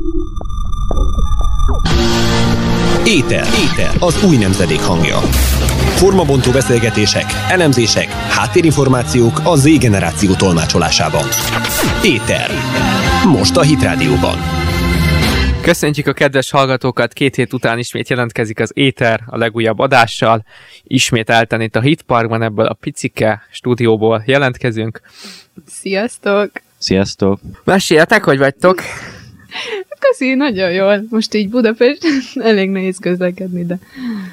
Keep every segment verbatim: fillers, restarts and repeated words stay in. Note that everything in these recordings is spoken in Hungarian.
Éter. Éter, az új nemzedék hangja. Formabontó beszélgetések, elemzések, háttérinformációk a Z-generáció tolmácsolásában. Éter. Most a Hit Rádióban. Köszöntjük a kedves hallgatókat, két hét után ismét jelentkezik az Éter a legújabb adással. Ismételten itt a Hit Parkban, ebből a picike stúdióból jelentkezünk. Sziasztok! Sziasztok! Meséljetek, hogy vagytok? Köszi, nagyon jól. Most így Budapest elég nehéz közlekedni, de...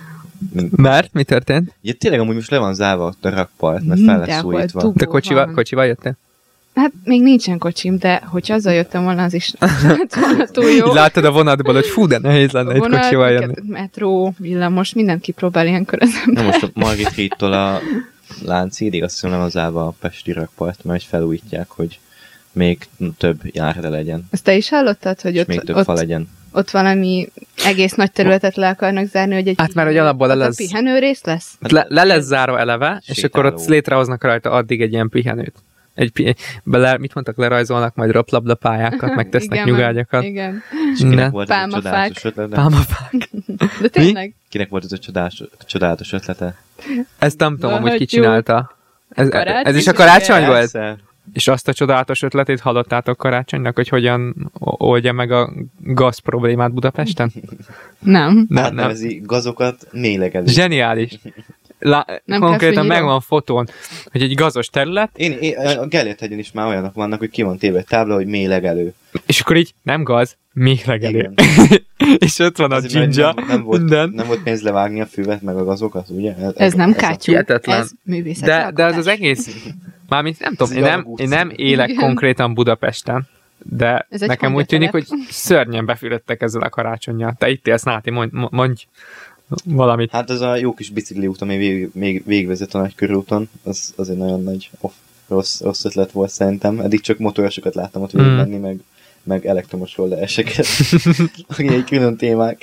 Mert? Mi történt? Ja, tényleg amúgy most le van zárva ott a rakpart, mert fel lesz újítva. Te kocsival, kocsival jöttél? Hát még nincsen kocsim, de hogyha azzal jöttem volna, az is túl jó. Így láttad a vonatból, hogy fú, de nehéz lenne egy kocsival jönni. Metró, villamos, mindent kipróbál ilyenkor az ember. Na most a Margit hídtól a Lánchídig, azt hiszem, le van zárva a pesti rakpart, mert felújítják, hogy még több járda legyen. Ezt te is hallottad, hogy ott, még több ott, fa legyen. ott valami egész nagy területet le akarnak zárni, hogy egy hát már, hogy alapból le lesz... pihenő rész lesz? Hát le, le lesz zárva eleve, és akkor ott létrehoznak rajta addig egy ilyen pihenőt. Egy, bele, mit mondtak, lerajzolnak majd röplabda pályákat, meg tesznek nyugágyakat. Igen. És kinek volt ez a csodálatos ötlete? Pálmafák. De tényleg? Kinek volt ez a csodálatos, csodálatos ötlete? Ezt nem tudom, hogy ki csinálta. Ez, ez is a karácsony karácsony volt? És azt a csodálatos ötletét hallottátok karácsonynak, hogy hogyan oldja meg a gáz problémát Budapesten? Nem. Nem, hát nem. nevezi gazokat mélegelő. Zseniális. La, konkrétan megvan fotón, hogy egy gazos terület. Én, én a Gellért-hegyen is már olyanok vannak, hogy ki van téve tábla, hogy mélegelő. És akkor így nem gaz, mélegelő. És ott van a dzsindzsa, nem, nem, volt, minden. nem volt pénz levágni a füvet, meg a gazokat, ugye? Ez, ez nem kátyú, ez de, de az az egész, mármint nem tudom, én nem, én nem élek igen. konkrétan Budapesten, de nekem úgy tűnik, hogy szörnyen befülöttek ezzel a karácsonnyal. Te itt élsz, Náti, mondj, mondj valamit. Hát ez a jó kis bicikli út, ami vég, még végvezet a nagy körúton, az, az egy nagyon nagy off, rossz, rossz ötlet volt szerintem. Eddig csak motorosokat láttam ott végig menni, mm. meg, meg elektromos rollereseket, aki egy külön témák.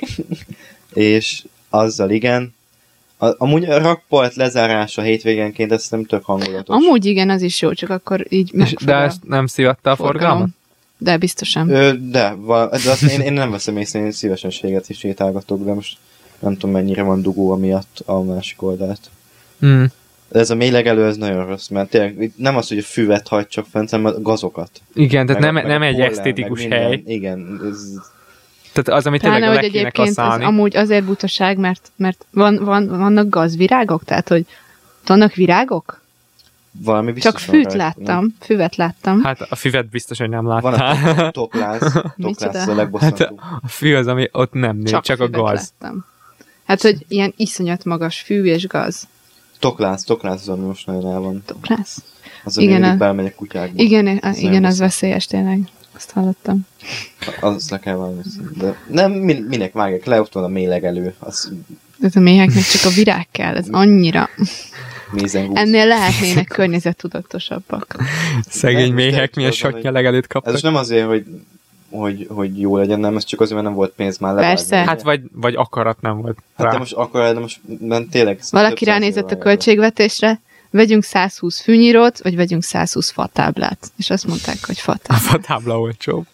És azzal igen. A, amúgy a rakpart lezárása hétvégenként, ez nem tök hangulatos. Amúgy igen, az is jó, csak akkor így megfogja. De ezt nem szivatta a forgalmat? De biztosan. Ö, de, val- de azt én, én nem veszem észre, én szívesen séget is sétálgatok, de most nem tudom mennyire van dugó amiatt a másik oldalt. Mm. De ez a mélegelő, ez nagyon rossz, mert tényleg nem az, hogy a füvet hagy csak fent, hanem a gazokat. Igen, tehát meg nem, a, nem a egy pollen, esztétikus hely. Igen. Ez... Tehát az, amit tényleg Pláne, le hogy kéne egyébként kaszálni. ez amúgy azért butaság, mert, mert van, van, vannak gazvirágok, tehát hogy vannak virágok? Valami biztos. Csak fűt láttam, füvet láttam. Hát a füvet biztos, hogy nem láttál. Van a tokláz, tokláz a legbosszantóbb. Hát a fű az, ami ott nem nő, csak, csak a gaz. Láttam. Hát, hogy ilyen iszonyat magas fű és gaz. Tokláz, tokláz az, ami most nagyon el van. Tokláz? Az, ami mindig belemegyek kutyákba. Igen, az, igen, az veszélyes tényleg. Azt hallottam. Azt le kell valami. De nem, minek vágják le, ott van a mélegelő. Az... De a méheknek csak a virág kell, ez annyira... Mézengúz. Ennél lehetnének környezettudatosabbak. Szegény méhek milyen sok nyelegelőt kaptak. Ez nem azért, hogy, hogy, hogy jó legyen, nem, ez csak azért, mert nem volt pénz már levágni. Persze. Hát vagy, vagy akarat nem volt rá. Hát de most akarat, de most mert tényleg... Valaki ránézett a költségvetésre, vegyünk százhúsz fűnyírót, vagy vegyünk százhúsz fatáblát. És azt mondták, hogy fatáblát. A fatábla olcsóbb.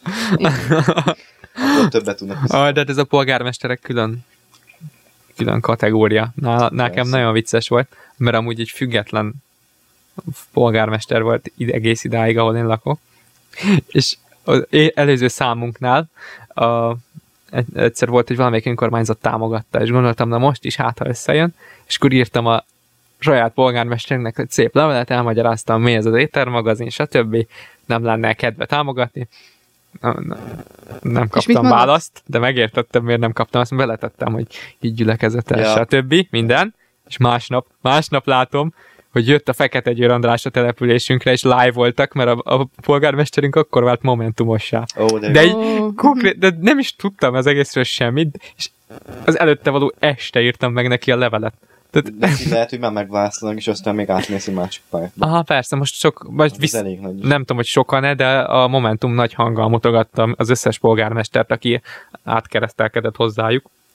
Akkor többet tudnak ah, de hát ez a polgármesterek külön külön kategória. Nála, nekem Persze. nagyon vicces volt, mert amúgy egy független polgármester volt ide, egész idáig, ahol én lakok. És az előző számunknál a, egyszer volt, hogy valamelyik önkormányzat támogatta, és gondoltam, na most is hát, ha összejön, és akkor írtam a saját polgármesternek egy szép levelet, elmagyaráztam, mi ez az éttermagazin, stb. Nem lenne kedve támogatni. Nem, nem kaptam választ, de megértettem, miért nem kaptam, azt beletettem, hogy így gyülekezetes, ja. stb. Minden, és másnap, másnap látom, hogy jött a Fekete Győr András a településünkre, és live voltak, mert a, a polgármesterünk akkor vált momentumossá. Oh, de de, így, konkrét, de nem is tudtam az egészről semmit, és az előtte való este írtam meg neki a levelet. Tehát... De lehet, hogy már megválasztanak, és aztán még átmész egy másik pártba. Aha, persze, most sok, vagy visz, nem tudom, hogy sokan-e, de a Momentum nagy hanggal mutogattam az összes polgármestert, aki átkeresztelkedett hozzájuk.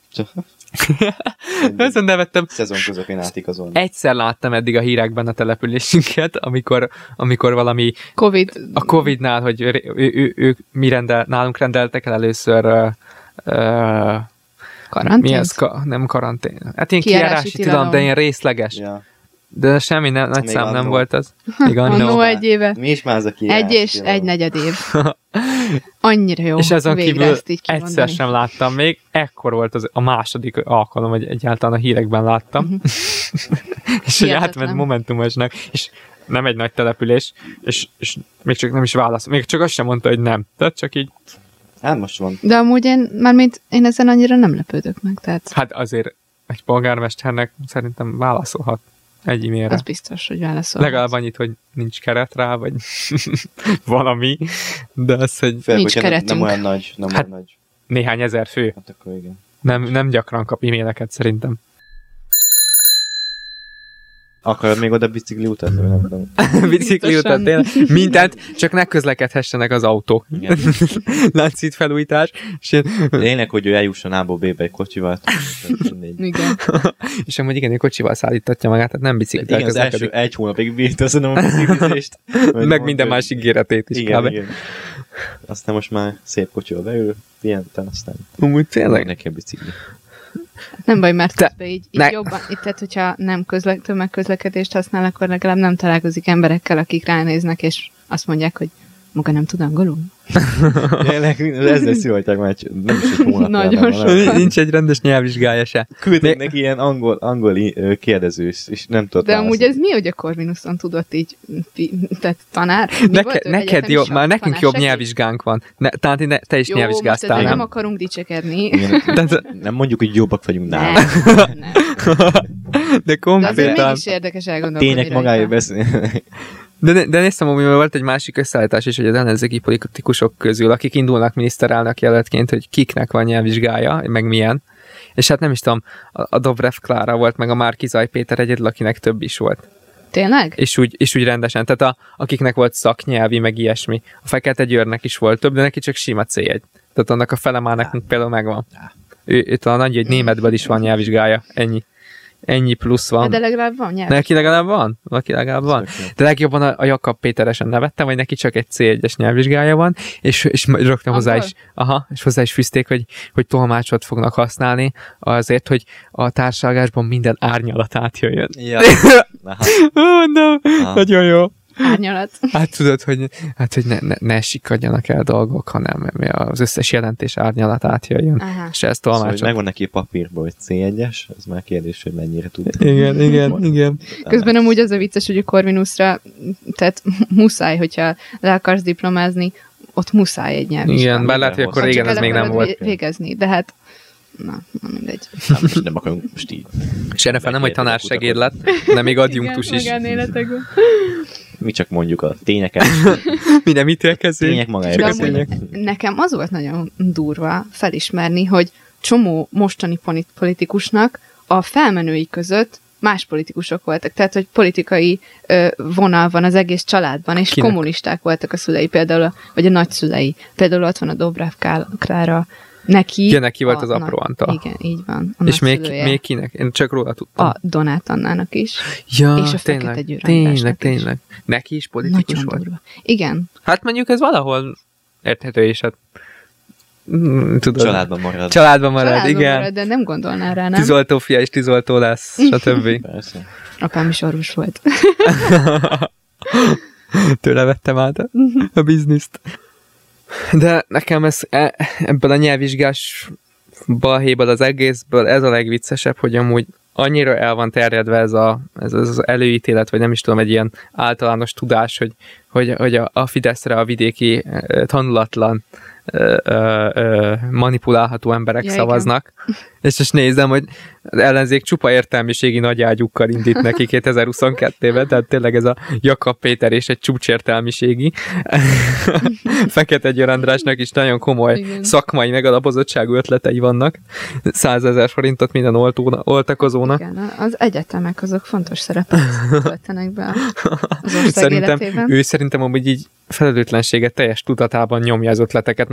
Ezen nevettem. Szezon közepén átigazolni. Egyszer láttam eddig a hírekben a településünket, amikor, amikor valami Covid. a Covidnál, hogy ő, ő, ő, ők mi rendel, nálunk rendeltek el először uh, uh, Karantén? mi ez? Ka, nem karantén. Hát én Kijárási kijárási tilalom, tilalom. de ilyen részleges. Ja. De semmi ne, nagy Még szám nem annó. volt az. Még annó. Annó egy éve. Mi is már az a Egy kijárási és tilalom? egy negyed év. Annyira jó. És azon végre kívül ezt így kimondani. egyszer sem láttam még. Ekkor volt az a második alkalom, hogy egyáltalán a hírekben láttam. Mhm. és hogy Hihetetlen. átment Momentumosnak, és nem egy nagy település, és, és még csak nem is válasz. Még csak azt sem mondta, hogy nem. Tehát csak így, Hát most van. De amúgy én, mármint én ezen annyira nem lepődök meg, tehát hát azért egy polgármesternek szerintem válaszolhat egy e-mailre. az biztos, hogy válaszol. Legalább annyit, hogy nincs keret rá, vagy valami, de az, hogy Főleg, Nincs hogyha nem, keretünk. nem olyan nagy, nem Hát- olyan nagy. néhány ezer fő. Hát akkor igen. Nem, nem gyakran kap e-maileket szerintem. Akarod még oda bicikli utat? Vagy nem tudom. Bicikli Biztosan. utat, tényleg. Mindent, csak ne közlekedhessenek az autók. Igen. Láncít felújítás, és, én, Lényeg, hogy ő eljusson A-ból B-be egy kocsival. Mindegy. Igen. és amúgy igen, ő kocsival szállítatja magát, tehát nem biciklivel Igen, az első közlekedik. egy hónapig bírta szerintem a biciklizést. Meg minden más ígéretét is. Igen, kb. igen. Aztán most már szép kocsival beül, pihenten, aztán Amúgy tényleg. neki a bicikli. Nem baj, mert Te- közben így, így ne- jobban, itt, tehát hogyha nem közle, tömegközlekedést használ, akkor legalább nem találkozik emberekkel, akik ránéznek, és azt mondják, hogy maga nem tud angolul. Tényleg, ezzel szívhatják már, egy- nem is egy hónap. Nagyon hanem, sokat. hanem- Nincs egy rendes nyelvvizsgája se. Küldték De- neki ilyen angol, angol ö, kérdezős, és nem tudott De amúgy válaszolni. ez mi, hogy a Corvinuson tudott így, pi- tehát tanár? Mi Neke, volt ő? neked Egyetemi jó, sok már nekünk jobb tanársegéd? nyelvvizsgánk van. Ne, talán ne, te is Jó, most nyelvvizsgáztál, ezzel nem? nem akarunk dicsekedni. Igen, Tehát, nem mondjuk, hogy jobbak vagyunk Nem, nála. nem. de De azért konkrétan... mégis érdekes elgondolkodni Tények magáért beszélni. De, de, de néztem, hogy volt egy másik összeállítás is, hogy az ellenzéki politikusok közül, akik indulnak miniszterelnök jelöltként, hogy kiknek van nyelvvizsgája, meg milyen. És hát nem is tudom, a, a Dobrev Klára volt, meg a Márki-Zay Péter egyedül, akinek több is volt. Tényleg? És úgy, és úgy rendesen, tehát a, akiknek volt szaknyelvi, meg ilyesmi. A Fekete Győrnek is volt több, de neki csak sima cé egy. Tehát annak a fele már nekünk például megvan. Ő, ő talán annyi, hogy németből is van nyelvvizsgája. Ennyi. Ennyi plusz van. De legalább van nyelv. Neki legalább van? Neki legalább van. De legjobban a, a Jakab Péteresen nevettem, hogy neki csak egy cé egyes nyelvvizsgája van, és, és rögtön hozzá Angol? is, aha, és hozzá is fűzték, hogy, hogy tolmácsot fognak használni azért, hogy a társalgásban minden árnyalat átjöjjön. Ja. Aha. Mondom, Aha. nagyon jó. Árnyalat. Hát tudod, hogy, hát, hogy ne, ne, ne sikadjanak el dolgok, hanem az összes jelentés árnyalat átjöjjön. Aha. És ezt Szóval, hogy tolmácsot. megvan neki a papírban, hogy cé egyes, az már kérdés, hogy mennyire tud. Igen, igen, igen. Közben amúgy az a vicces, hogy a Corvinusra, tehát muszáj, hogyha le akarsz diplomázni, ott muszáj egy nyelvvizsgát. Igen, bár lehet, hogy akkor Ha régen csak ez el még nem akarod volt. vé- végezni, de hát na, na mindegy. Hát most nem akarunk most így. És erre fel nem, hogy Megkérdezik a tanársegéd lett, hanem még adjunktus is. magánéletekben. Mi csak mondjuk a tényeket. Mi nem ítélkezünk. Tények magáért De beszélnek. amúgy nekem az volt nagyon durva felismerni, hogy csomó mostani poli- politikusnak a felmenői között más politikusok voltak. Tehát, hogy politikai ö, vonal van az egész családban, és Kinek? kommunisták voltak a szülei, például, a, vagy a nagyszülei. Például ott van a Dobrev Kál- Klára, neki... Ja, neki volt a az apró nagy- Antal. Igen, így van. A És még, nagyszülője. még kinek? Én csak róla tudtam. A Donát Annának is. ja, és a Fekete tényleg, Győr tényleg, Andrásnak is. tényleg. Neki is politikus Nagyon volt. durva. Igen. Hát mondjuk ez valahol érthető is, hát mm, tudod. Családban marad. Családban marad, Családban igen. marad, de nem gondolnál rá, nem? Tűzoltó fia és tűzoltó lesz, stb. Persze. Apám is orvos volt. Tőle vettem át a, a bizniszt. De nekem ez, e- ebből a nyelvvizsgás balhéból, az egészből ez a legviccesebb, hogy amúgy annyira el van terjedve ez, a, ez az előítélet, vagy nem is tudom, egy ilyen általános tudás, hogy, hogy, hogy a, a Fideszre a vidéki eh, tanulatlan ö, ö, ö, manipulálható emberek Ja, szavaznak. És most nézem, hogy az ellenzék csupa értelmiségi nagyágyukkal indít neki kétezer-huszonkettőben, tehát tényleg ez a Jakab Péter és egy csúcsértelmiségi. Fekete Győr Andrásnak is nagyon komoly Igen. szakmai megalapozottságú ötletei vannak. százezer forintot minden oltó, oltakozónak. Igen, az egyetemek azok fontos szerepet töltenek be az ország Szerintem életében. ő szerintem amúgy így felelőtlenséget teljes tudatában nyomja az ötleteket, mert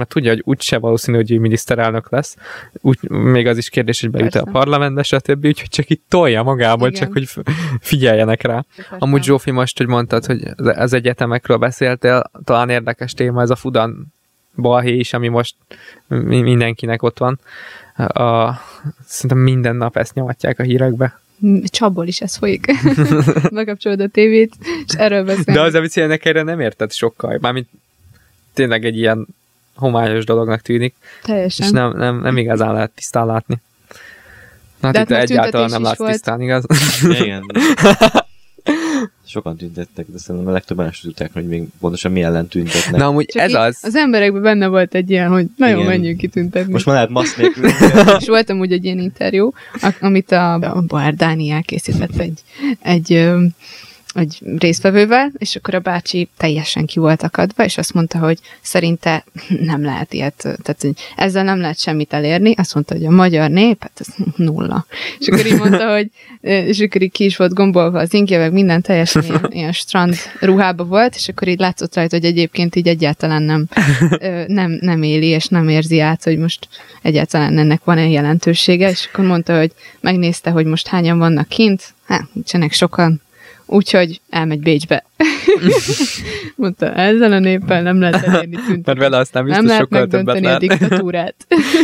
mert tudja, hogy úgyse valószínű, hogy ő miniszterelnök lesz. Úgy, még az is kérdés, hogy bejut a parlamentbe, stb. Úgyhogy csak itt tolja magából, igen. Csak hogy figyeljenek rá. Köszönöm. Amúgy Zsófi, most, hogy mondtad, hogy az egyetemekről beszéltél, talán érdekes téma ez a Fudan balhé is, ami most mindenkinek ott van. A, szerintem minden nap ezt nyomatják a hírekbe. Csapból is ez folyik. Megkapcsolod a tévét, és erről beszélünk. De az a vicc, ennek erre nem érted sokkal. Mármint tényleg egy ilyen homályos dolognak tűnik. Teljesen. És nem, nem, nem igazán lehet tisztán látni. Na, hát itt egyáltalán nem látsz volt. Tisztán, igaz? Igen. Sokan tüntettek, de szerintem a legtöbben is tudták, hogy még pontosan mi ellen tüntetnek. Na, amúgy csak ez az. Az emberekben benne volt egy ilyen, hogy nagyon igen. Menjünk ki tüntetni. Most már lehet maszk nélkül. És volt amúgy egy ilyen interjú, amit a, a Boár Dániel készített egy, egy, egy résztvevővel, és akkor a bácsi teljesen ki volt akadva, és azt mondta, hogy szerinte nem lehet ilyet, tehát ezzel nem lehet semmit elérni. Azt mondta, hogy a magyar nép, hát ez nulla. És akkor így mondta, hogy és akkor így ki is volt gombolva az inkje, meg minden teljesen ilyen, ilyen strand ruhába volt, és akkor így látszott rajta, hogy egyébként így egyáltalán nem, nem, nem éli, és nem érzi át, hogy most egyáltalán ennek van-e jelentősége, és akkor mondta, hogy megnézte, hogy most hányan vannak kint, hát nincsenek sokan, úgyhogy elmegy Bécsbe. Mondta, ezzel a néppel nem lehet elérni tüntetni. Mert vele aztán biztos nem sokkal többet lehet megdönteni a diktatúrát.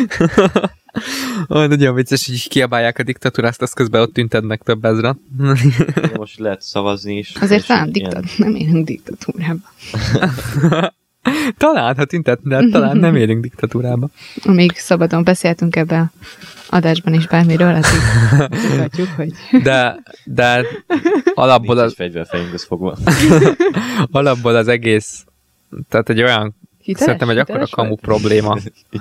Oh, nagyon vicces, hogy kiabálják a diktatúrát, azt közben ott tüntetnek több ezren. Most lehet szavazni is. Azért talán diktat, nem élünk diktatúrában. Talán, ha tüntetni, de talán nem élünk diktatúrában. Amíg szabadon beszéltünk ebben adásban is bármiről, addig tudhatjuk, hogy... De, de alapból az... fegyverfejünk fogva. Alapból az egész, tehát egy olyan hiteles, szerintem egy akkora kamu probléma.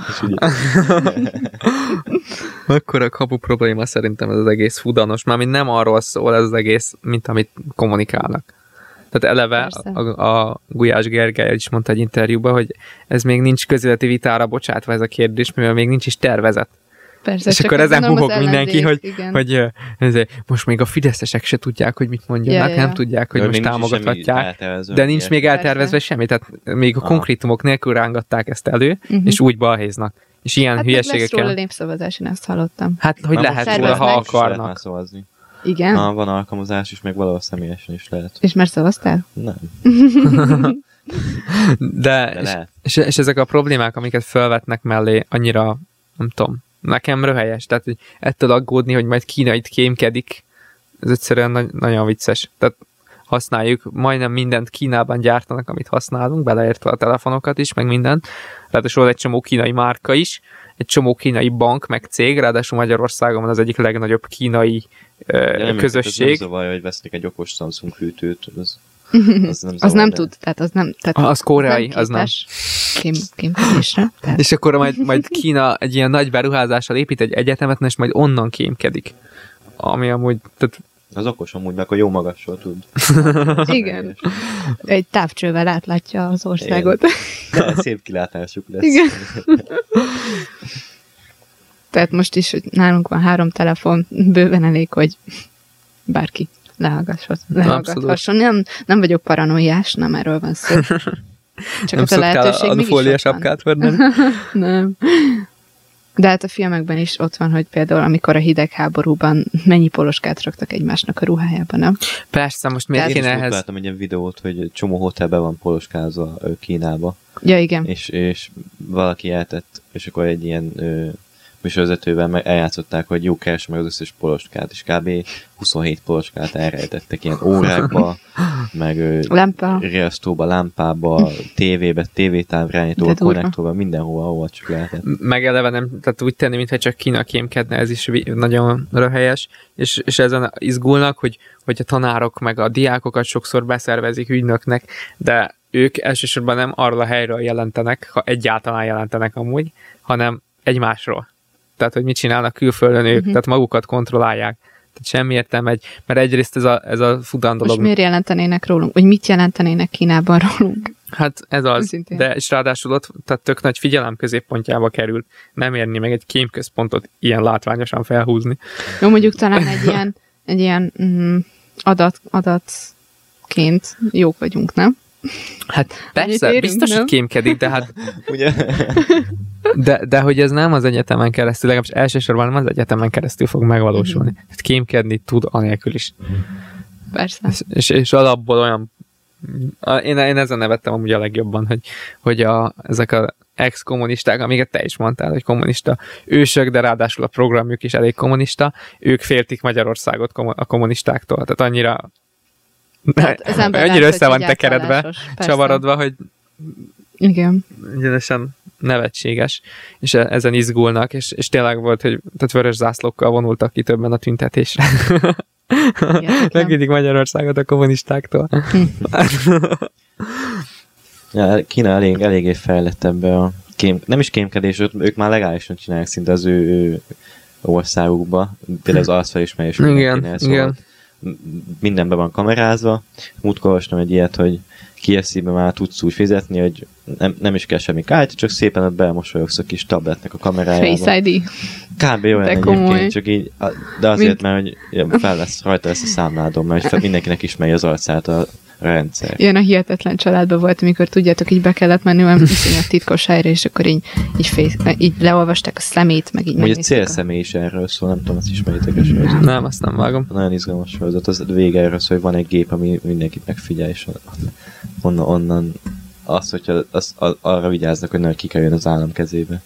Akkora kamu probléma szerintem ez az egész fudanos. Mármint nem arról szól ez az egész, mint amit kommunikálnak. Tehát eleve a, a Gulyás Gergely is mondta egy interjúban, hogy ez még nincs közéleti vitára bocsátva ez a kérdés, mivel még nincs is tervezet. Persze, és akkor ezen huhog mindenki, hogy, hogy ez, most még a fideszesek se tudják, hogy mit mondjanak, ja, ja. Nem tudják, hogy de most támogathatják, de nincs ilyen. Még eltervezve persze. Semmi, tehát még a konkrétumok nélkül rángatták ezt elő, uh-huh. És úgy balhéznak. És ilyen hát hülyeségekkel... Hát lesz róla népszavazás, én ezt hallottam. Hát, hogy na, lehet róla, ha akarnak. Igen? Na, van alkalmazás is, meg valahol személyesen is lehet. És már szavaztál? Nem. De, De és, és ezek a problémák, amiket felvetnek mellé, annyira, nem tudom, nekem röhelyes. Tehát, hogy ettől aggódni, hogy majd Kína itt kémkedik, ez egyszerűen na- nagyon vicces. Tehát használjuk, majdnem mindent Kínában gyártanak, amit használunk, beleértve a telefonokat is, meg mindent. Ráadásul egy csomó kínai márka is, egy csomó kínai bank, meg cég, ráadásul Magyarországon van az egyik legnagyobb kínai uh, közösség. Ez nem zavarja, hogy vesznek egy okos Samsung hűtőt, az, az nem, az nem tud, tehát az nem... Tehát az koreai, az nem. Kém, kémkedésre. Tehát. És akkor majd, majd Kína egy ilyen nagy beruházással épít egy egyetemet, és majd onnan kémkedik. Ami amúgy... Tehát az okos amúgy, meg a jó magasról tud. Igen. Egy távcsővel átlátja az országot. De szép kilátásuk lesz. Igen. Tehát most is, hogy nálunk van három telefon, bőven elég, hogy bárki lehallgathasson. Nem, nem vagyok paranoiás, nem erről van szó. Csak nem az a lehetőség mégis fólia sapkát venni? Nem. De hát a filmekben is ott van, hogy például amikor a hidegháborúban mennyi poloskát raktak egymásnak a ruhájába, nem? Persze, most miért kéne ehhez? Én láttam egy ilyen videót, hogy egy csomó hotelben van poloskázva Kínába. Ja, igen. És, és valaki eltett, és akkor egy ilyen ö, műsorvezetővel meg eljátszották, hogy jó, keres meg az összes poloskát, és kb. huszonhét poloskát elrejtettek ilyen órákba, meg Lámpa. riasztóba, lámpába, tévébe, tévétávrányítóba, konnektorba, mindenhova, ahol csak lehetett. Meg eleve nem, tehát úgy tenni, mintha csak Kína kémkedne, ez is nagyon röhelyes, és, és ezen izgulnak, hogy, hogy a tanárok meg a diákokat sokszor beszervezik ügynöknek, de ők elsősorban nem arról a helyről jelentenek, ha egyáltalán jelentenek amúgy, hanem egymásról. Tehát, hogy mit csinálnak külföldön ők, uh-huh. Tehát magukat kontrollálják. Tehát semmi értelme egy, mert egyrészt ez a, ez a fudan dolog. Most miért jelentenének rólunk? Vagy mit jelentenének Kínában rólunk? Hát ez az, Szintén. De és ráadásul ott tehát tök nagy figyelem középpontjába került. Nem érni meg egy kémközpontot ilyen látványosan felhúzni. Jó, mondjuk talán egy ilyen, egy ilyen mm, adat, adatként jók vagyunk, nem? Hát persze, érünk, biztos, nem? hogy kémkedik, de hát Ugye? de, de hogy ez nem az egyetemen keresztül, legalábbis elsősorban nem az egyetemen keresztül fog megvalósulni. Mhm. Tehát kémkedni tud anélkül is. Persze. És, és, és alapból olyan én, én ezen nevettem amúgy a legjobban, hogy, hogy a, ezek a ex-kommunisták, amiket te is mondtál, hogy kommunista ősök, de ráadásul a programjuk is elég kommunista, ők féltik Magyarországot a kommunistáktól. Tehát annyira Tehát az ember annyira lát, össze hogy van egy tekeredve, átállásos. Persze. csavarodva, hogy Igen. egyenesen nevetséges, és e- ezen izgulnak, és, és tényleg volt, hogy tehát vörös zászlókkal vonultak ki többen a tüntetésre. Megvédik Magyarországot a kommunistáktól. Ja, Kína elég, eléggé fejlett ebbe a kém, nem is kémkedés, ők, ők már legálisan csinálják szinte az ő, ő országukba. Például az arcfelismerés. Igen, igen. Mindenben van kamerázva. Múltkor olvastam egy ilyet, hogy K F C-ben már tudsz úgy fizetni, hogy nem, nem is kell semmi kártya, csak szépen ott belmosolyogsz a kis tabletnek a kamerájába. Face I D. Kb. Olyan De komoly. egyébként, csak így, de azért, Mint... mert hogy fel lesz, rajta lesz a számládom, mert fel, mindenkinek ismeri az arcát a rendszer. Ilyen a hihetetlen családban volt, amikor tudjátok, így be kellett menni olyan iszonyat titkos helyre, és akkor így, így, face, így leolvasták a szemét, meg így Ugye a megnézték célszemély is erről szól, nem tudom, azt ismeritek a sorozat. Nem, azt nem vágom. Nagyon izgalmas sorozat, az vége erről szól, hogy van egy gép, ami mindenkit megfigyel, és onnan, onnan az, hogyha az, az, arra vigyáznak, hogy nehogy kikerüljön az állam kezébe.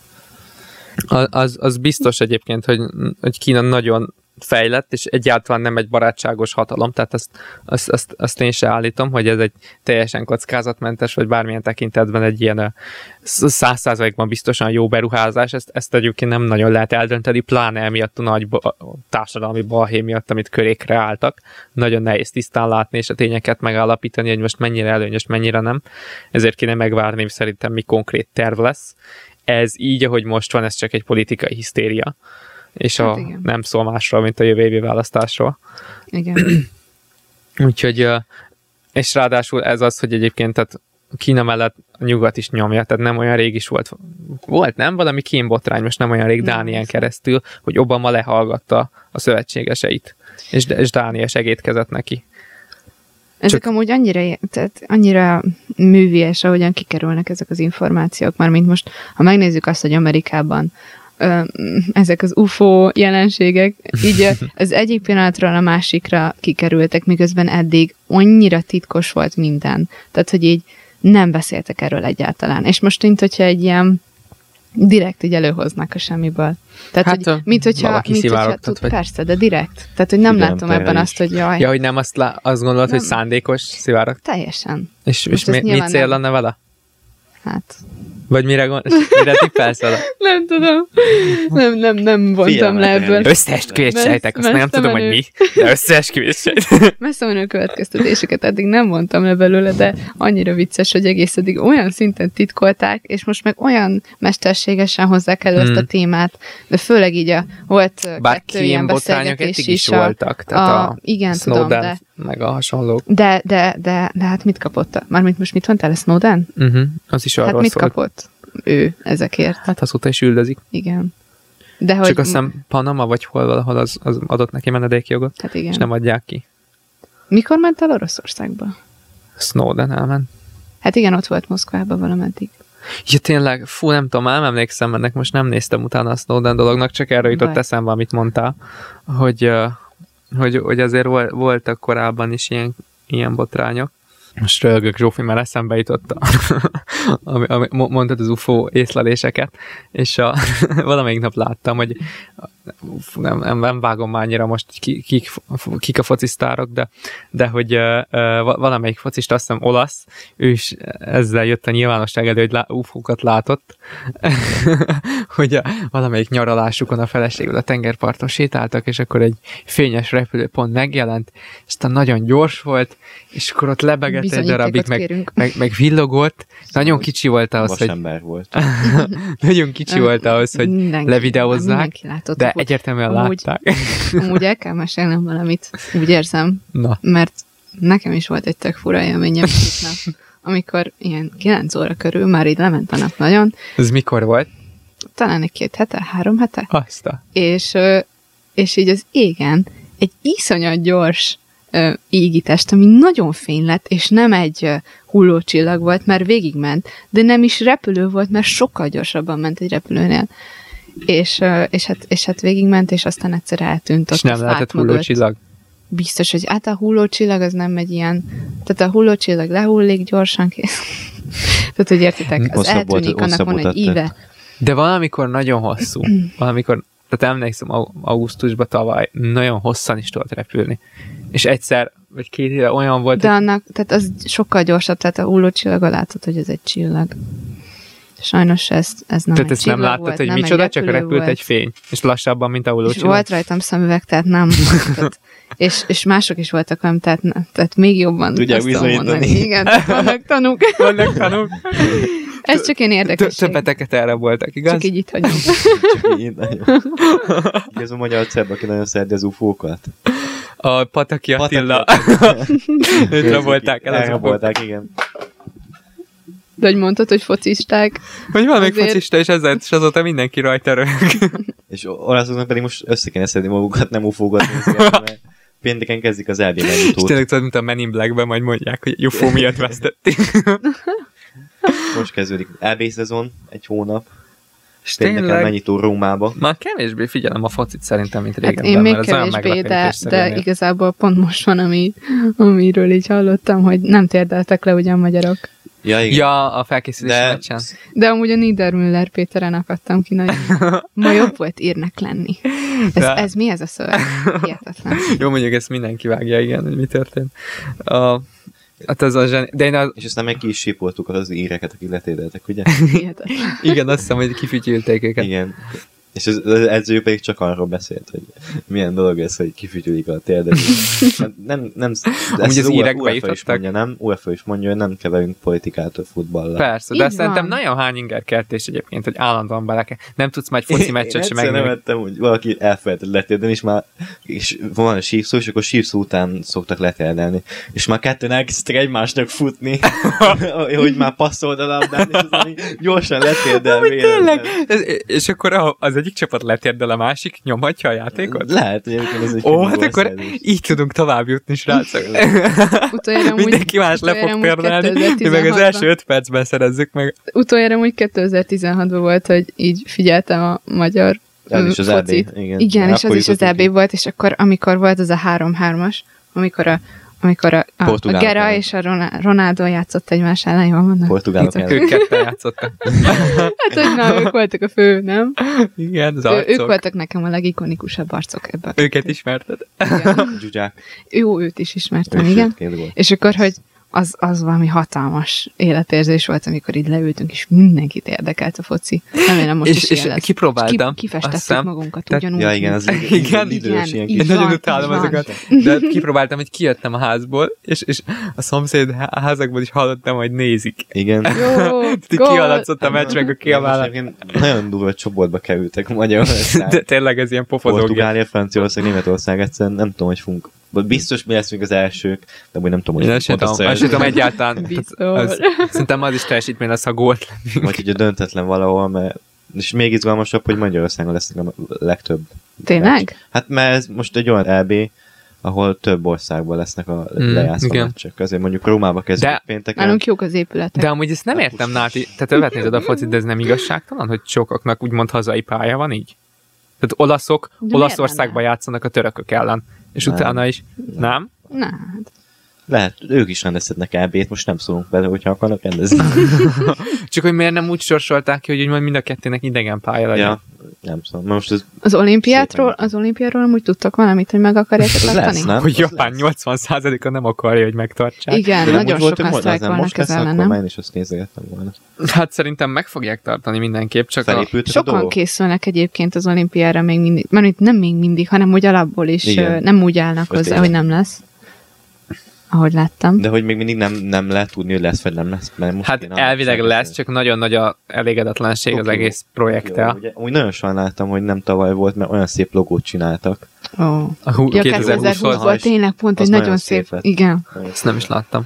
Az, az biztos egyébként, hogy, hogy Kína nagyon fejlett, és egyáltalán nem egy barátságos hatalom, tehát azt, azt, azt, azt én se állítom, hogy ez egy teljesen kockázatmentes, vagy bármilyen tekintetben egy ilyen száz százalékban biztosan jó beruházás, ezt, ezt egyébként nem nagyon lehet eldönteni, pláne emiatt a nagy társadalmi balhé miatt, amit köré kreáltak. Nagyon nehéz tisztán látni, és a tényeket megállapítani, hogy most mennyire előnyös, mennyire nem. Ezért kéne megvárni, szerintem mi konkrét terv lesz. Ez így, ahogy most van, ez csak egy politikai hisztéria. És Hát a, igen. nem szól másról, mint a jövő évi választásról. Igen. Úgyhogy, és ráadásul ez az, hogy egyébként tehát Kína mellett a nyugat is nyomja, tehát nem olyan rég is volt. Volt, nem? Valami kémbotrány, most nem olyan rég Dánián keresztül, hogy Obama lehallgatta a szövetségeseit, és, és Dánia segítkezett neki. Ezek Csak... amúgy annyira, tehát annyira művies, ahogyan kikerülnek ezek az információk, már mint most, ha megnézzük azt, hogy Amerikában ö, ezek az u f o jelenségek, így az egyik pillanatról a másikra kikerültek, miközben eddig annyira titkos volt minden. Tehát, hogy így nem beszéltek erről egyáltalán. És most, mint hogyha egy ilyen direkt így előhoznak a semmiből. Tehát, Hát, hogy, mint hogyha, mint hogyha tud, vagy... persze, de direkt. Tehát, hogy nem Igen, látom ebben azt, hogy jaj. Ja, hogy nem azt, lá... azt gondolod, Nem. hogy szándékos szivárog? Teljesen. És, és Most mi, ezt mi nyilván cél nem. lenne vele? Hát... Vagy mire, gond... mire tippelsz vele? Nem tudom. Nem, nem, nem vontam le ebből. Összeesküvés sejtek, azt Messze nem tudom, hogy menő. mi, de összeesküvés sejtek. Messze menő következtetéseket eddig nem vontam le belőle, de annyira vicces, hogy egész eddig olyan szinten titkolták, és most meg olyan mesterségesen hozzák elő Hmm. ezt a témát, de főleg így a, volt Bár kettő ilyen kémbotrányok beszélgetés eddig is is. A, voltak, tehát a, a, igen, Snowden, tudom, de, meg a hasonlók. de, de, de, de hát mit kapott? Mármint most mit mondtál, a Snowden? Uh-huh. Az is arról Hát mit szólt. kapott ő ezekért? Hát azóta is üldözik. Igen. De Csak hogy, azt hiszem Panama vagy hol valahol az, az adott neki menedékjogot, hát igen. és nem adják ki. Mikor ment el Oroszországba? Snowden elment. Hát igen, ott volt Moszkvában valameddig. Ja tényleg, fú, nem tudom, nem emlékszem, ennek most nem néztem utána a Snowden dolognak, csak erről jutott Baj. eszembe, amit mondtál, hogy, uh, hogy, hogy azért vol- voltak korábban is ilyen, ilyen botrányok. Most röhögök, Zsófi, mert eszembe jutott, a, ami, ami, mondtad az u f o észleléseket, és a, valamelyik nap láttam, hogy fú, nem, nem, nem vágom már annyira most, kik, kik, kik a focisztárok, de, de hogy uh, valamelyik focist, azt hiszem olasz, ő is ezzel jött a nyilvánosság elő, hogy lá, u f o-kat látott, hogy a, valamelyik nyaralásukon a feleségül a tengerparton sétáltak, és akkor egy fényes repülő pont megjelent, és aztán nagyon gyors volt, és akkor ott lebegett egy darabig, meg, meg, meg villogott. Nagyon kicsi volt ahhoz, hogy... Vasember volt. nagyon kicsi volt ahhoz, hogy Mindenki, levideózzák, látott, de hogy egyértelműen amúgy- látták. amúgy el kell mesélnem valamit, úgy érzem, Na, mert nekem is volt egy tök fura élményem két nap, amikor ilyen kilenc óra körül már így lement a nap nagyon, ez mikor volt? talán egy két hete, három hete, Azt a... és, ö, és így az égen egy iszonyat gyors ö, égitest, ami nagyon fény lett, és nem egy ö, hullócsillag volt, mert végigment, de nem is repülő volt, mert sokkal gyorsabban ment egy repülőnél. És, és, hát, és hát végigment, és aztán egyszer eltűnt ott. És nem lehetett hullócsillag? Biztos, hogy hát a hullócsillag az nem megy ilyen, tehát a hullócsillag lehullik gyorsan kész. Tehát, hogy értitek, az eltűnik, annak van egy íve. De valamikor nagyon hosszú. Valamikor, tehát emlékszem, augusztusban tavaly nagyon hosszan is tudott repülni. És egyszer, vagy két éve olyan volt, de annak, tehát az sokkal gyorsabb, tehát a hullócsillagon látod, hogy ez egy csillag. Sajnos ez, ez nem tehát egy ezt nem láttad, volt, hogy nem micsoda, egy csak repült volt. egy fény, és lassabban, mint a hullócsillag. És volt rajtam szemüveg, tehát nem. tehát, és, és mások is voltak velem, tehát, tehát még jobban. Tudják bizonyítani. Igen, tehát vannak tanúk. Vannak tanúk. Ez csak én érdekesség. Többeteket erre voltak, igaz? Csak így itt hagyom. Csak így nagyon. Ez a magyar cebb, aki nagyon szerdi az ufókat. A Pataki Attila. Őt rabolták el az ufókat. Elrabolták, igen. De hogy mondtad, hogy focisták. Vagy valamelyik Azért- focista, és ezzel, és azóta mindenki rajta röhög. És olaszoknak pedig most össze kéne szedni magukat, nem ufókat nézgetni, mert pénteken kezdik az er bé És megnyitót. tényleg tudod, mint a Men in Black-ben majd mondják, hogy u ef o miatt vesztettünk. Most kezdődik er bé szezon, egy hónap. És Pénteken tényleg, megnyitó Rómába. már kevésbé figyelem a focit szerintem, mint Hát régebben, én még mert ez olyan kevésbé, de, meglepetésszerű de még. igazából pont most van, ami, amiről így hallottam, hogy nem térdeltek le ugyan magyarok. Ja, igen. Ja, a felkészülési De- meccsen. De amúgy a Niedermüller Péteren akadtam ki nagyon. Ma jobb volt írnek lenni. Ez, De- ez mi ez a szöveg? Hihetetlen. Jó, mondjuk ezt mindenki vágja, igen, hogy mi történt. A, hát ez a zseni... De én az, És aztán meg ki is sípoltuk az íreket, akik letédeltek, ugye? Hihetetlen. igen, azt hiszem, hogy kifütyülték őket. Igen. És az, az edző pedig csak arról beszélt, hogy milyen dolog ez, hogy kifütyülik a térdet. Hát nem, nem, Amúgy az írek UEFA is bejutottak. mondja, nem? UEFA is mondja, hogy nem keverünk politikát a futballal. Persze, de Így szerintem van. nagyon hány ingerkertés egyébként, hogy állandóan bele kell. Nem tudsz már egy foci meccset sem Egyszer megnézni. nevettem, hogy valaki elfelejtett letérdelni, és már és van a sípszó, és akkor sípszó után szoktak letérdelni. És már ketten elkezdtek egymásnak futni, hogy már passzold a labdát, és aztán így gyorsan letérdel. Hogy tényleg? Ez, és akkor a- az egyik csapat letérdel, a másik nyomhatja a játékot? Lehet, hogy egyébként ez egy Ó, hát futball akkor szerzés. így tudunk tovább jutni, srácok. Utoljára amúgy, Mindenki más le utoljára fog amúgy térdelni, mi meg az kétezer-tizenhatban első öt percben szerezzük meg. Utoljára úgy kétezer-tizenhatban volt, hogy így figyeltem a magyar Ez is az é bé, focit. igen. Igen, és az Akkor is az jutottunk é bé volt, és akkor, amikor volt az a három-hármas, amikor a amikor a, a, a Portugálok Gera ellen. és a Ronaldo, Ronaldo játszott egymás ellen, jól mondom? Portugálok Itt- ellen. Ők ketten játszottak. Hát, hogy na, ők voltak a fő, nem? Igen, az Ő, ők arcok. voltak nekem a legikonikusabb arcok ebben. a Őket kettőben. ismerted. Igen. Zsuzsák. Jó, őt is ismertem, Ő igen. sőt, két gólt. És akkor, hogy az, az valami hatalmas életérzés volt, amikor így leültünk, és mindenkit érdekelt a foci. Remélem most És- is és ilyen lesz. kipróbáltam, Ki, kifestettük azt hiszem. magunkat Tehát- ugyanúgy. Ja, igen, az mint- Igen, igen, idős igen, ilyen így Én kis... van, nagyon így utálom van. azokat. De kipróbáltam, hogy kijöttem a házból, és, és a szomszéd há- házakból is hallottam, hogy nézik. Igen. Jó, Így gól! kihallatszott a meccs, meg a kiabálás. Igen, most nagyon durva csoportba kerültek Magyarország. De tényleg ez ilyen pofozógja. Portugália, Franciaország, Németország, egyszerűen nem tudom, hogy fogunk. Vagy biztos mi leszünk az elsők, de úgy nem tudom, hogy Én azt sem pont tudom, azt sem tudom egyáltalán. Biztos. Az, szerintem az is teljesítmény lesz, ha gólt lövünk. Vagy hogy a döntetlen valahol, mert és még izgalmasabb, hogy Magyarországon lesznek a legtöbb. Tényleg? Hát mert ez most egy olyan é bé, ahol több országban lesznek a Mm, lejátszó igen. meccsek. Azért mondjuk Rómába kezdjük De- pénteken. Nálunk jók az épületek. De amúgy ezt nem értem, Náti. Tehát övet nézed a focit, de ez nem igazságtalan, hogy sokaknak úgymond hazai pálya van így? Tehát olaszok De Olaszországban miért játszanak a törökök ellen. És Nem. utána is. Nem? Na, hát. Lehet, ők is rendezhetnek é bét, most nem szólunk vele, hogyha akarnak rendezni. Csak hogy miért nem úgy sorsolták ki, hogy úgymond mind a kettőnek idegen pálya legyen. ja, nem szólom. Most ez Az olimpiátról, Szépen. az olimpiáról amúgy tudtak valamit, hogy meg akarják Az tartani? lesz, nem? Hogy Az Japán lesz. nyolcvan százaléka nem akarja, hogy megtartsák. Igen, De nem nagyon úgy volt, hogy sokan most- az nem sztrájkolnak most lesz, ez ellen, akkor nem? már én is azt nézegettem volna. Hát szerintem meg fogják tartani mindenképp, csak a... Felépültek a Sokan dolgok? készülnek egyébként az olimpiára még mindig, mert itt nem még mindig, hanem úgy alapból is Igen. ö, nem úgy állnak Most hozzá, tényleg. hogy nem lesz. Ahogy láttam. De hogy még mindig nem, nem lehet tudni, hogy lesz, vagy nem lesz. Mert most Hát kéne elvileg annak lesz, csak nagyon nagy a elégedetlenség az Tokió. egész projekttel. Ugye, úgy nagyon sajnáltam, hogy nem tavaly volt, mert olyan szép logót csináltak. Ó. A hú- Ja, kétezer-húszhoz. kétezer-húszban tényleg pont Az egy nagyon nagyon szép szép, lett. igen. Ezt nem is láttam.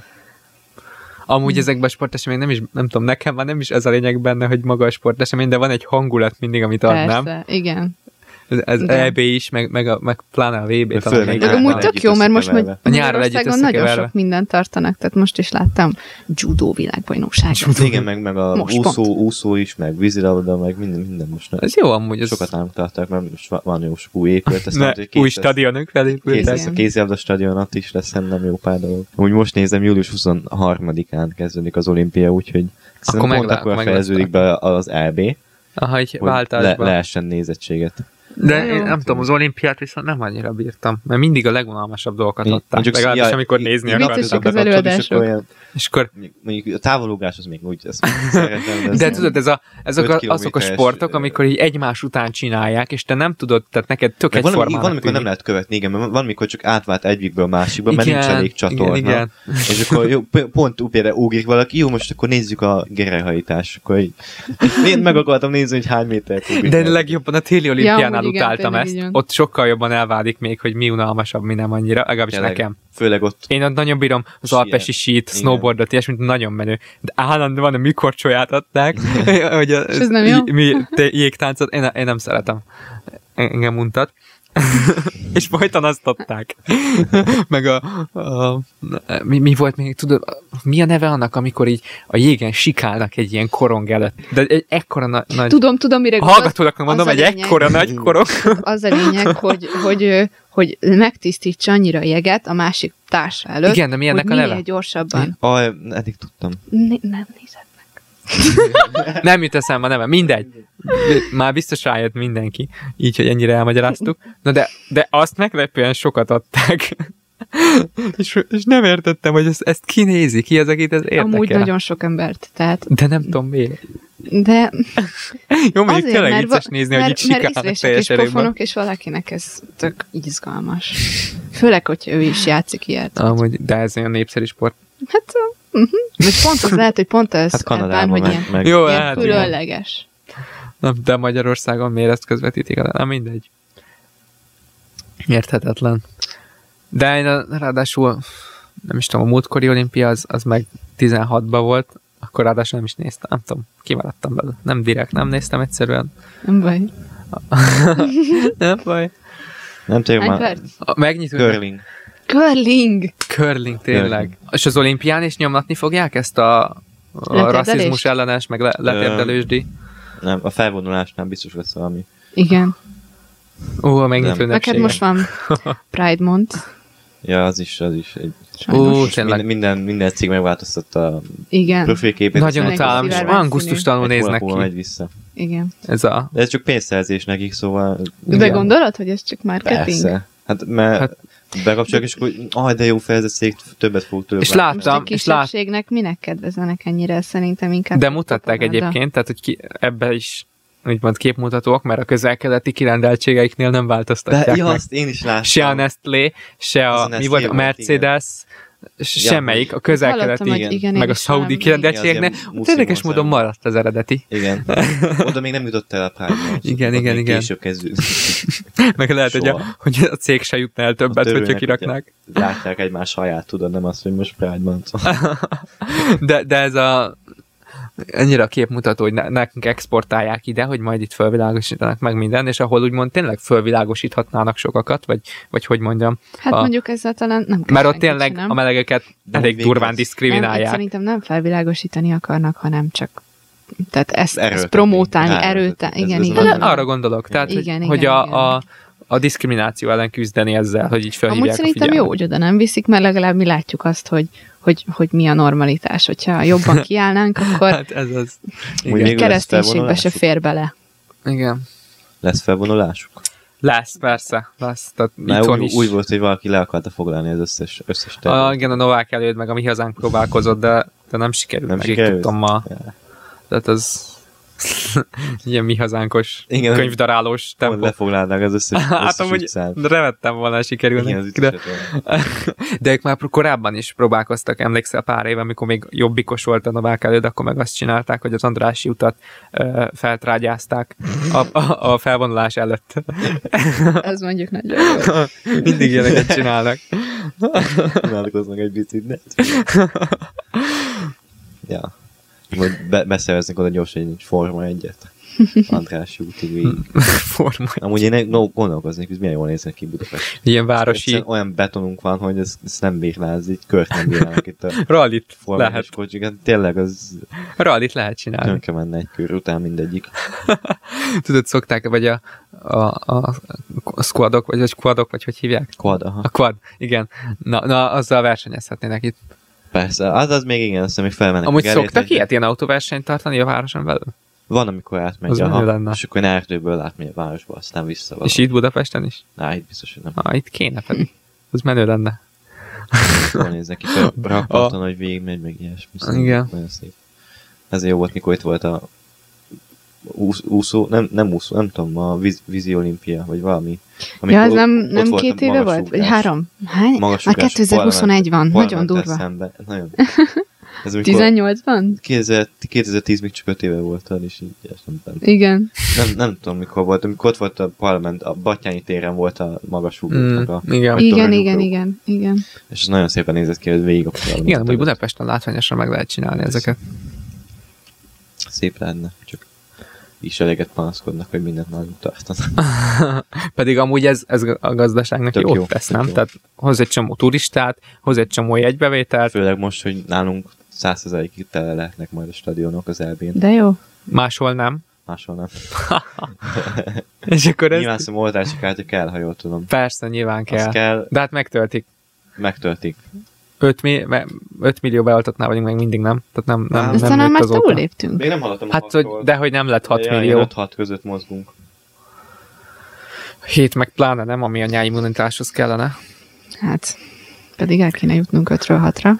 Amúgy ezekben a sportesemény nem is, nem tudom, nekem már nem is ez a lényeg benne, hogy maga a sportesemény, de van egy hangulat mindig, amit adnám. Persze, igen. ez, ez é bé is, meg, meg, a, meg pláne a vé bé talán még. Meg amúgy tök jó, mert most a nyárral együtt nagyon sok mindent tartanak, tehát most is láttam judó világbajnokság. Igen, meg, meg a úszó, úszó is, meg vízilabda, meg minden, minden most. Ez jó amúgy. Sokat nem tarták, mert most van jó sok új épület. Ne, új stadionok felépültek. A kézilabda stadionat is lesz nem jó pár dolog. Úgy most nézem, július huszonharmadikán kezdődik az olimpia, úgyhogy akkor pont akkor fejeződik be az é bé. Aha, egy váltásban. Le, lehessen nézettséget. De én nem tudom, az olimpiát viszont nem annyira bírtam, mert mindig a legunalmasabb dolgokat adták, legalábbis ja, amikor nézni akartam. Az előadások. És akkor mondjuk a távolugrás az még úgy ezt szeretem. De tudod, ez a, ezek a, azok a sportok, amikor így egymás után csinálják, és te nem tudod, tehát neked tök egyformának van, amikor nem lehet követni, igen, mert van, amikor csak átvált egyikből a másikba, mert nincs elég csatorna. Igen, igen. És akkor jó, pont például ugrik valaki, jó, most akkor nézzük a gerelyhajítás. Akkor így, én meg akartam nézni, hogy hány métert ugrik. De legjobban a téli olimpiánál utáltam ezt. Ott sokkal jobban elválik még, hogy mi unalmasabb, mi nem annyira, legalábbis nekem. Főleg ott. Én ott nagyon bírom az alpesi sít, snowboardot, és mint nagyon menő. De állandóan a mikorcsolyát adták, hogy a, ez nem jó? Mi, jégtáncot, én, én nem szeretem. Engem untat. És folyton azt adták. Meg a, a mi, mi volt még, tudod, mi a neve annak, amikor így a jégen sikálnak egy ilyen korong előtt. De egy ekkora na, nagy... Tudom, tudom, mire hallgatólag mondom, egy ekkora nagy korong. Az a lényeg, hogy, hogy, hogy megtisztítsa annyira a jeget a másik társa előtt, igen, de mi ennek hogy a neve? minél gyorsabban. Ah, eddig tudtam. Né- nem nézed meg. Nem jut eszembe a neve, mindegy. Már biztos rájött mindenki, így, hogy ennyire elmagyaráztuk. Na de, de azt meglepően sokat adták. és, és nem értettem, hogy ezt, ezt ki nézi, ki az, akit ez érdekel. Amúgy nagyon sok embert, tehát... De nem tudom miért. De... Jó, mondjuk tényleg vicces nézni, mert, hogy itt sikálnak teljes és pofonok, és valakinek ez tök izgalmas. Főleg, hogyha ő is játszik ilyet. Amúgy, de ez olyan népszerű sport. Hát... Uh-huh. És pont az lehet, hogy pont ez hát ebben, hogy meg, ilyen, meg. Jó, ilyen hát, különleges. Nem, de Magyarországon miért ezt közvetítik? Nem mindegy. Érthetetlen. De én a, ráadásul nem is tudom, a múltkori olimpia az, az meg tizenhatban volt, akkor ráadásul nem is néztem, nem tudom, kimaradtam belőle. Nem direkt, nem néztem egyszerűen. Nem baj. Nem baj. Nem tudom, már... Megnyitó. Curling. Curling! Curling, tényleg. Curling. És az olimpián is nyomlatni fogják ezt a, a rasszizmus ellenes, meg le, letérdelősdi? Nem, a felvonulásnál biztos lesz valami. Igen. Ó, a megnyitó ünnepsége. Neked most van Pride Month. Ja, az is, az is. Egy... Ó, tényleg. Minden, minden cég megváltoztatta a igen. profilképét. Nagyon utálom, és olyan gusztustalanul néznek ki. Megy vissza. Igen. Ez a... De ez csak pénzszerzés nekik, szóval... De igen. Gondolod, hogy ez csak marketing? Persze. Hát, mert hát... bekapcsolják, és akkor, ah, de jó fejezet többet fog tőle. És láttam, és kisebbségnek minek kedvezzenek ennyire, szerintem inkább. De mutatták egyébként, tehát, hogy ki, ebbe is úgymond képmutatóak, mert a közel-keleti kirendeltségeiknél nem változtatják de, meg. Ja, azt én is láttam. Se a Nestlé, se a, a mi volt, a Mercedes, igen. Semmelyik, a közel-keleti, igen. Igen, meg a szaudi kirendeltségeknél, tényleges módon maradt az eredeti. Igen. Oda még nem jutott el a Pride-ban. Igen, igen, igen. Később kezdődik. Meg lehet, hogy a, hogy a cég se jutna el többet, hogyha kiraknák. Látják egymás haját, tudod, nem azt, hogy most Pride-ban. de, de ez a ennyire a képmutató, hogy ne, nekünk exportálják ide, hogy majd itt fölvilágosítanak meg minden, és ahol úgymond tényleg fölvilágosíthatnának sokakat, vagy, vagy hogy mondjam. Hát a, mondjuk ezzel talán nem kell. mert ott tényleg nem? A melegeket de elég durván diszkriminálják. Nem, szerintem nem felvilágosítani akarnak, hanem csak tehát ezt, ezt promótálni, erőtálni. Igen, igen, igen. Arra gondolok, tehát igen, hogy, igen, hogy a, igen. a a diszkrimináció ellen küzdeni ezzel, hogy így felhívják. Amúgy szerintem jó, hogy oda nem viszik, mert legalább mi látjuk azt, hogy, hogy, hogy mi a normalitás. Hogyha jobban kiállnánk, akkor hát ez az. Kereszténységbe se fér bele. Igen. Lesz felvonulásuk? Lesz, persze. Lesz. Tehát úgy, is. Úgy volt, hogy valaki le akarta foglalni az összes, összes terület. Igen, a Novák előtt meg a Mi Hazánk próbálkozott, de, de nem sikerült. Nem sikerült? Tudtam ma. Ja. Tehát az ilyen Mi Hazánkos, igen, könyvdarálós tempó. Lefoglalnák az összes, hát amúgy revettem volna, sikerülnek. De, de ők már korábban is próbálkoztak, emlékszel pár éve, amikor még jobbikos volt a Novák előtt, akkor meg azt csinálták, hogy az Andrássy utat uh, feltrágyázták a, a, a felvonulás előtt. Ez mondjuk nagyon jó. Mindig ilyeneket csinálnak. Imádkoznak egy picit, de... ja. Vagy be- beszereznek oda gyorsan egy forma egyet. Andrássy útig végig. Forma. Amúgy én no, gondolkoznék, hogy milyen jól néznek ki Budapest. Ilyen városi... Egyszerűen olyan betonunk van, hogy ez, ez nem bírná, ez így kört nem bírnának itt a Rallit formás lehet. kocsikat. Tényleg az Rallit lehet csinálni. tönkre menne egy kör után mindegyik. Tudod, szokták, vagy a, a, a, a squadok, vagy a squadok, vagy hogy hívják? Quad, aha. A quad, igen. Na, na azzal versenyezhetnének itt. Persze, az az még igen, aztán még felmennek. Amúgy a szoktak Gellért ilyet, ilyen autóversenyt tartani a városon belül? Van, amikor átmegy, Az menő aha, lenne. és akkor erdőből átmegy a városba, aztán vissza valami. És itt Budapesten is? Á, itt biztos, hogy nem. Ah, itt kéne pedig. Az menő lenne. Jól néznek itt a rakparton, hogy végigmegy, meg ilyesmi. Szóval Igen. Nagyon szép. Ezért jó volt, mikor itt volt a úsz, úszó, nem, nem úszó, nem tudom, a víz, vízi olimpia, vagy valami. Ja, ez ott- nem, ott nem volt két a éve magas volt? Vagy ugrás. három? Hány? Magas Már ugrás kétezer-huszonegy van, parlament- nagyon parlamenttel durva. Szembe. Nagyon. Ez amikor tizennyolcban? kétezer-tíz még csak öt éve volt, és így ezt nem, nem, Igen. nem, nem tudom mikor volt, amikor ott volt a parlament, a Battyányi téren volt a magas ugróknak a... Mm, igen. vagy Igen, toronygó. igen, igen, igen. És ez nagyon szépen nézett ki, hogy végig a parlament. Igen, amúgy Budapesten látványosan meg lehet csinálni ezeket. Szép lenne, csak is eleget panaszkodnak, hogy mindent nálunk tartanak. Pedig amúgy ez, ez a gazdaságnak Tök jót jó, tesz, tök nem? jó. Tehát hoz egy csomó turistát, hoz egy csomó jegybevételt, Főleg most, hogy nálunk százszerzalékig tele lehetnek majd a stadionok az elbén. De jó. máshol nem. Máshol nem. És akkor ez... Nyilván szóval oltási kártya kell, ha jól tudom. Persze, nyilván kell. Azt kell, De hát megtöltik. megtöltik. öt millió beoltottnál vagyunk még mindig, nem? Tehát nem, nem, Á, nem Aztán már nőtt már azóta. túlléptünk. Még nem hallottam Hát, hogy, de hogy nem lett hat millió. öt-hat között mozgunk. hét meg pláne nem, ami a nyáimmunitáshoz kellene. Hát, pedig el kéne jutnunk ötről hatra.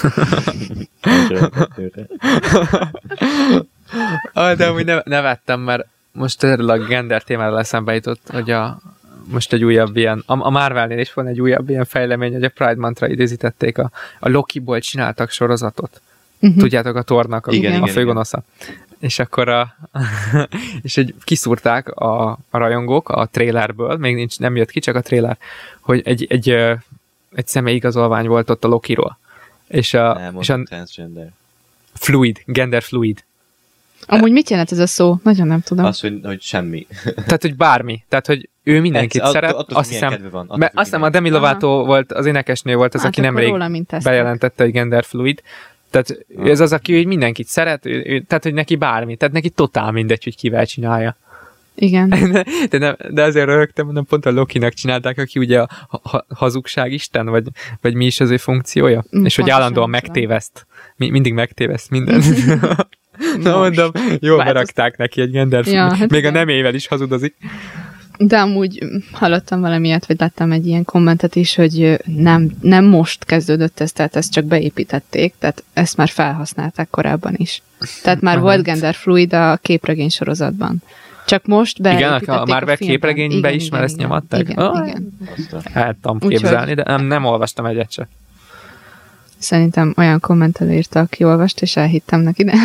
Ah, de amúgy ne, nevettem, mert most erről a gender témára eszembe jutott, hogy a, most egy újabb ilyen, a, a Marvelnél is van egy újabb ilyen fejlemény, hogy a Pride Month-ra idézítették, a, a Loki-ból csináltak sorozatot. Uh-huh. Tudjátok, a Thornak a, Igen, a igen, főgonosza. És akkor a, és egy kiszúrták a, a rajongók a trailerből, még nincs, nem jött ki, csak a trailer, hogy egy, egy, egy, egy személyigazolvány volt ott a Lokiról. És a, Nem, és a transgender. fluid, gender fluid. Amúgy mit jelent ez a szó? Nagyon nem tudom. Az, hogy, hogy semmi. Tehát, hogy bármi. Tehát, hogy ő mindenkit Att- szeret. attól, Azt hogy milyen hiszem, kedve van, attól mert függ, azt hiszem a milyen- Demi Lovato volt, az énekesnő volt az, Hát aki akkor nemrég róla mint tesztek. bejelentette, hogy gender fluid. Tehát ő ez az, aki hogy mindenkit szeret, ő, ő, tehát, hogy neki bármi. Tehát neki totál mindegy, hogy kivel csinálja. Igen. De, nem, de azért rögtem, mondom, pont a Lokinak csinálták, aki ugye a ha- hazugság isten, vagy, vagy mi is az ő funkciója. Mm, és hogy pontosan állandóan nem tudom. megtéveszt. Mi, mindig megtéveszt minden. Na mondom, jól Változt- berakták neki egy gender Ja, fluid. hát Még a igen. nemével is hazudozik. De amúgy hallottam valamilyet, vagy láttam egy ilyen kommentet is, hogy nem, nem most kezdődött ez, tehát ezt csak beépítették, tehát ezt már felhasználták korábban is. Tehát már Aha. volt genderfluid a képregény sorozatban. Csak most beépítették Igen, a Marvel filmben. képregénybe Igen, is igen, már ezt igen. nyomatták? Igen, Ah, igen. Azt El tudom Úgyhogy- képzelni, de nem, nem olvastam egyet se. Szerintem olyan kommentelő írta, aki olvast, és elhittem neki, de,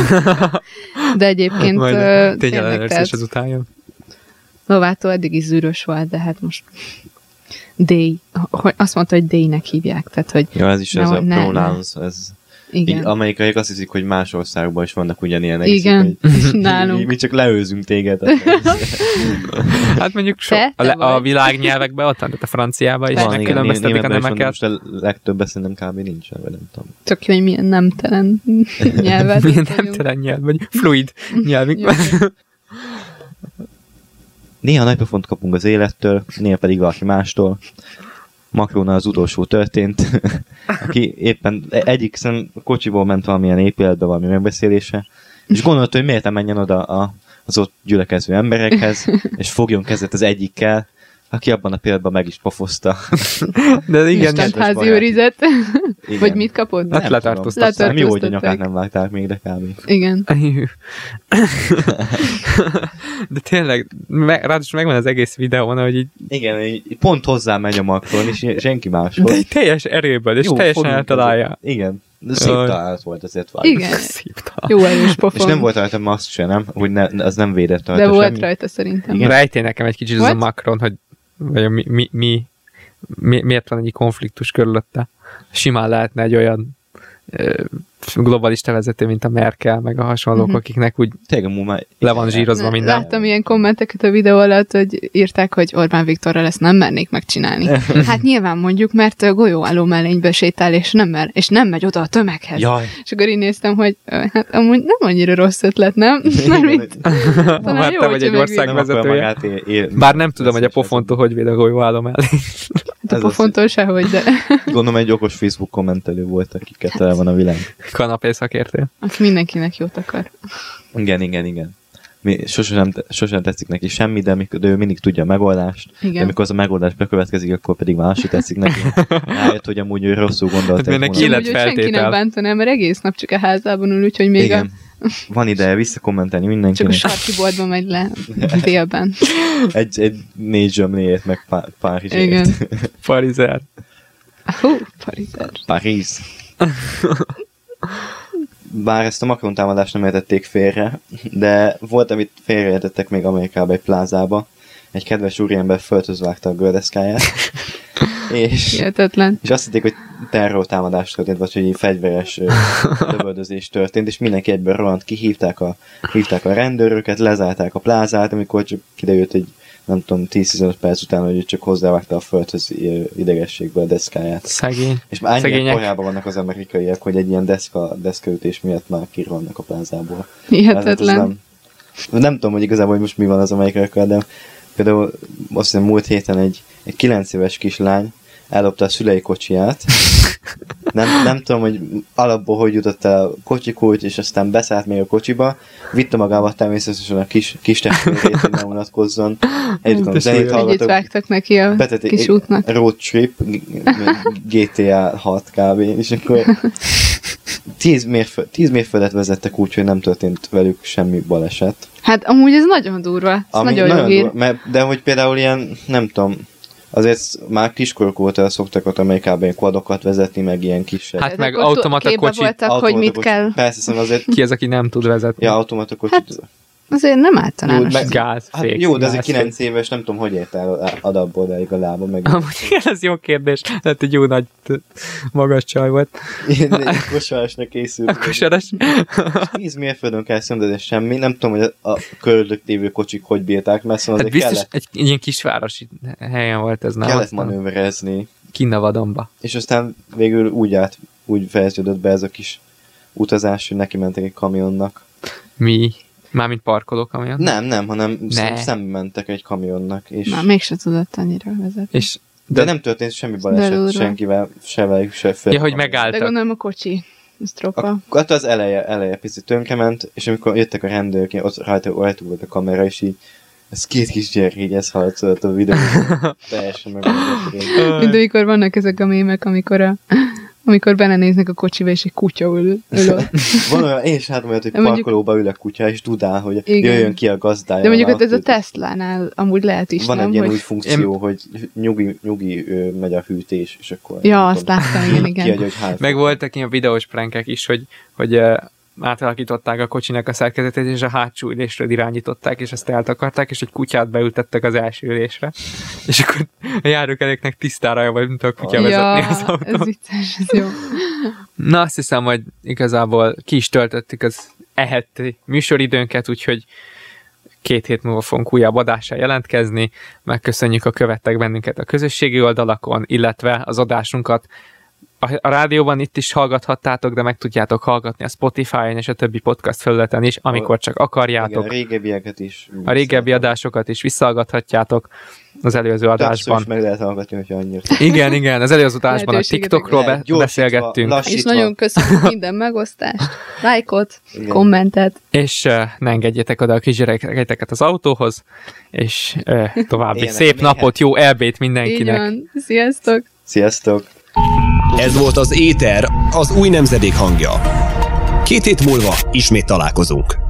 de egyébként Majd ö, tény tényleg, ellenőrzés tehát azután jön. Lovától eddig is zűrös volt, de hát most Day, hogy azt mondta, hogy Day-nek hívják, tehát hogy Ja, ez is Ne, ez a ne, pronouns, ez... igen. Így amerikaiak azt hiszik, hogy más országban is vannak ugyanilyenek. Igen, hiszik, és hogy nálunk. Mi, mi csak leőzünk téged. Hát mondjuk so, Te- a, te le, a vagy. világnyelvekben ott van, tehát a franciában is Persze. Van, igen, megkülönböztetik a németben is van, nemeket. most a legtöbb szerintem kb. Nincsen, vagy nem tudom. Tök jó, hogy milyen nemtelen nyelvet. Milyen nemtelen nyelv, vagy fluid nyelvünk. Jó. Néha nagy pofont kapunk az élettől, néha pedig valaki mástól. Macronnal az utolsó történt, aki éppen egyik szem kocsiból ment valamilyen épületbe valami megbeszélése, és gondolta, hogy miért nem menjen oda a, az ott gyülekező emberekhez, és fogjon kezet az egyikkel, aki abban a pillanatban meg is pofozta. De igen, Isten kedves házi barátom. őrizet. Igen. Vagy mit kapod? Hát Nem letartóztatták. tudom. Nem jó, hogy a Letartóztatták. nyakát nem vágták még, de kb. Igen. De tényleg, me, ráadásul megvan az egész videón, hogy így, Igen, így pont hozzá megy a Macron, és senki máshoz. de egy teljes erőből, és Jó, teljesen fogunk eltalálja. kezet. Igen. De szép Jaj. találat volt azért valami. Igen. Szép talán. Jó erős pofon. És nem volt rajta maszk se, nem? Hogy ne, az nem védett rajta De volt semmi. rajta szerintem. Igen. Rejtély nekem egy kicsit ez a What? Macron, hogy vagy mi, mi, mi, mi, miért van egy konfliktus körülötte. Simán lehetne egy olyan globalista vezető, mint a Merkel, meg a hasonlók, uh-huh. akiknek úgy Tényleg, le van zsírozva minden. Láttam ilyen kommenteket a videó alatt, hogy írták, hogy Orbán Viktorral ezt nem mernék megcsinálni. Hát nyilván mondjuk, mert golyóálló mellénybe sétál, és nem, mer, és nem megy oda a tömeghez. Jaj. És akkor én néztem, hogy hát amúgy nem annyira rossz ötlet, nem? Mert talán jó, vagy egy ország vezetője. Bár nem tudom, hogy a pofontól hogy véd a golyóálló mellény. A pofontól sehogy, de... Gondolom egy okos Facebook kommentelő volt, akiket tele van a világ. Kanapé szakértő. Aki mindenkinek jót akar. Igen, igen, igen. Mi, sosem, sosem tetszik neki semmi, de, mikor, de ő mindig tudja a megoldást. Igen. De amikor az a megoldás bekövetkezik, akkor pedig másik tetszik neki. Rájött, hogy amúgy ő rosszul gondolt. Hát neki életfeltétel. Senki nem bántaná, mert egész nap csak a házában ül, úgyhogy még igen. a... Van ideje visszakommentelni mindenkinek. Csak a sarki boltba megy le délben. egy, egy négy zsömléjét, meg pá- Párizsért. Igen. Parizer. Hú, Parizer. Paris. Bár ezt a Macron támadást nem értették félre, de volt, amit félreértettek még Amerikában egy plázába. Egy kedves úriember földhözvágta a gördeszkáját. és, Hihetetlen. és azt hitték, hogy terrortámadás történt, vagy hogy egy fegyveres lövöldözés történt, és mindenki egyből rohant ki, hívták a, hívták a rendőröket, lezárták a plázát, amikor csak kiderült, hogy nem tudom, tíz-tizenöt perc után, hogy csak hozzávágta a földhöz idegességből a deszkáját. Szegény. És már ennyire Szegények. korában vannak az amerikaiak, hogy egy ilyen deszka, deszkaütés miatt már kirolnak a plázából. Hihetetlen. Nem, nem tudom, hogy igazából hogy most mi van az amerikaiakkal, de például azt hiszem múlt héten egy, egy kilenc éves kislány ellopta a szülei kocsiját. Nem, nem tudom, hogy alapból hogy jutott el a kocsikulcs, és aztán beszállt még a kocsiba. Vitte magával természetesen a kis, kis testvérét, hogy ne unatkozzon. Egyébként zenét hallgatok. Együtt vágtak neki a Betett kis útnak. Road trip, gé té á hat kb. És akkor tíz, mérföld, tíz mérföldet vezettek úgy, hogy nem történt velük semmi baleset. Hát amúgy ez nagyon durva. Ez Ami nagyon, nagyon jó durva, mert, de hogy például ilyen, nem tudom, azért már kiskorok óta szoktak ott Amerikában ilyen quadokat vezetni, meg ilyen kisebb. Hát meg automata kocsit. voltak, hogy mit kell. Persze, szóval azért... Ki az, aki nem tud vezetni? Ja, automata kocsit. Hát, azért nem általános. Jó, gáz, hát fék, jó, de ez egy gáz, kilenc éves, nem tudom, hogy ért el adabból, de a lába meg... Amúgy igen, ez jó kérdés. Tehát egy jó nagy magas csaj volt. Ilyen egy kosarasnak készült. A kosaras. tíz mérföldön kell szöndözni semmi, nem tudom, hogy a, a körülök lévő kocsik hogy bírták, mert szóval Hát biztos kellett, egy ilyen kisvárosi helyen volt ez, nem? kellett Aztán manőverezni. Kinnavadonba. És aztán végül úgy át, úgy fejeződött be ez a kis utazás, hogy neki mentek egy kamionnak. Mi? Mármint parkoló kamion? Nem, nem, hanem Ne. szembe mentek egy kamionnak. És, Na, mégse tudott annyira vezetni. És de, de, nem történt semmi De baleset durva. senkivel, se velük, se föl. ja, hogy De megálltak. gondolom a kocsi. Ez tropa. Hát az eleje, eleje picit tönkrement, és amikor jöttek a rendőrök, ott rajta, rajta volt a kamera, és így ez két kis gyerek így ezt hallatszott a videóban. Teljesen meg. Mint amikor vannak ezek a mémek, amikor a amikor belenéznek a kocsiba, és egy kutya ül, ül ott. Van olyan, én is látom olyat, hogy De mondjuk- parkolóba ül a kutya, és tudál, hogy Igen. jöjjön ki a gazdája. De mondjuk az ott ez a autót. Teslánál amúgy lehet is, Van nem? egy ilyen hogy... új funkció, hogy nyugi, nyugi ö, megy a hűtés, és akkor... Ja, nem azt tudom, láttam, igen, igen. kiadja, hogy hány Meg fok. voltak ilyen videós prankek is, hogy, hogy uh, átalakították a kocsinak a szerkezetét, és a hátsó ülésről irányították, és ezt eltakarták, és egy kutyát beültettek az első ülésre. És akkor a járókeréknek tisztára vagy, mint a kutya vezetni az Ja, autót. ez vicces, ez jó. Na, azt hiszem, hogy igazából ki is töltöttük az eheti műsoridőnket, úgyhogy két hét múlva fogunk újabb adással jelentkezni. Megköszönjük, a követtek bennünket a közösségi oldalakon, illetve az adásunkat a, a rádióban itt is hallgathattátok, de meg tudjátok hallgatni a Spotify-on és a többi podcast felületen is, amikor csak akarjátok. Igen, a régebbieket is. A régebbi adásokat is visszahallgathatjátok az előző Többször adásban. is meg lehet hallgatni, hogyha annyira. Igen, igen, az előző adásban a Lehetőséget TikTokról lehet, be- gyorsítva, beszélgettünk. lassítva. És nagyon köszönjük minden megosztást, lájkot, Igen. kommentet. És uh, ne engedjetek oda a kisgyerekeket az autóhoz, és uh, további Éljenek szép a napot, méhet. jó elbét Így mindenkinek. van. Sziasztok! Sziasztok! Ez volt az Éter, az új nemzedék hangja. Két hét múlva ismét találkozunk.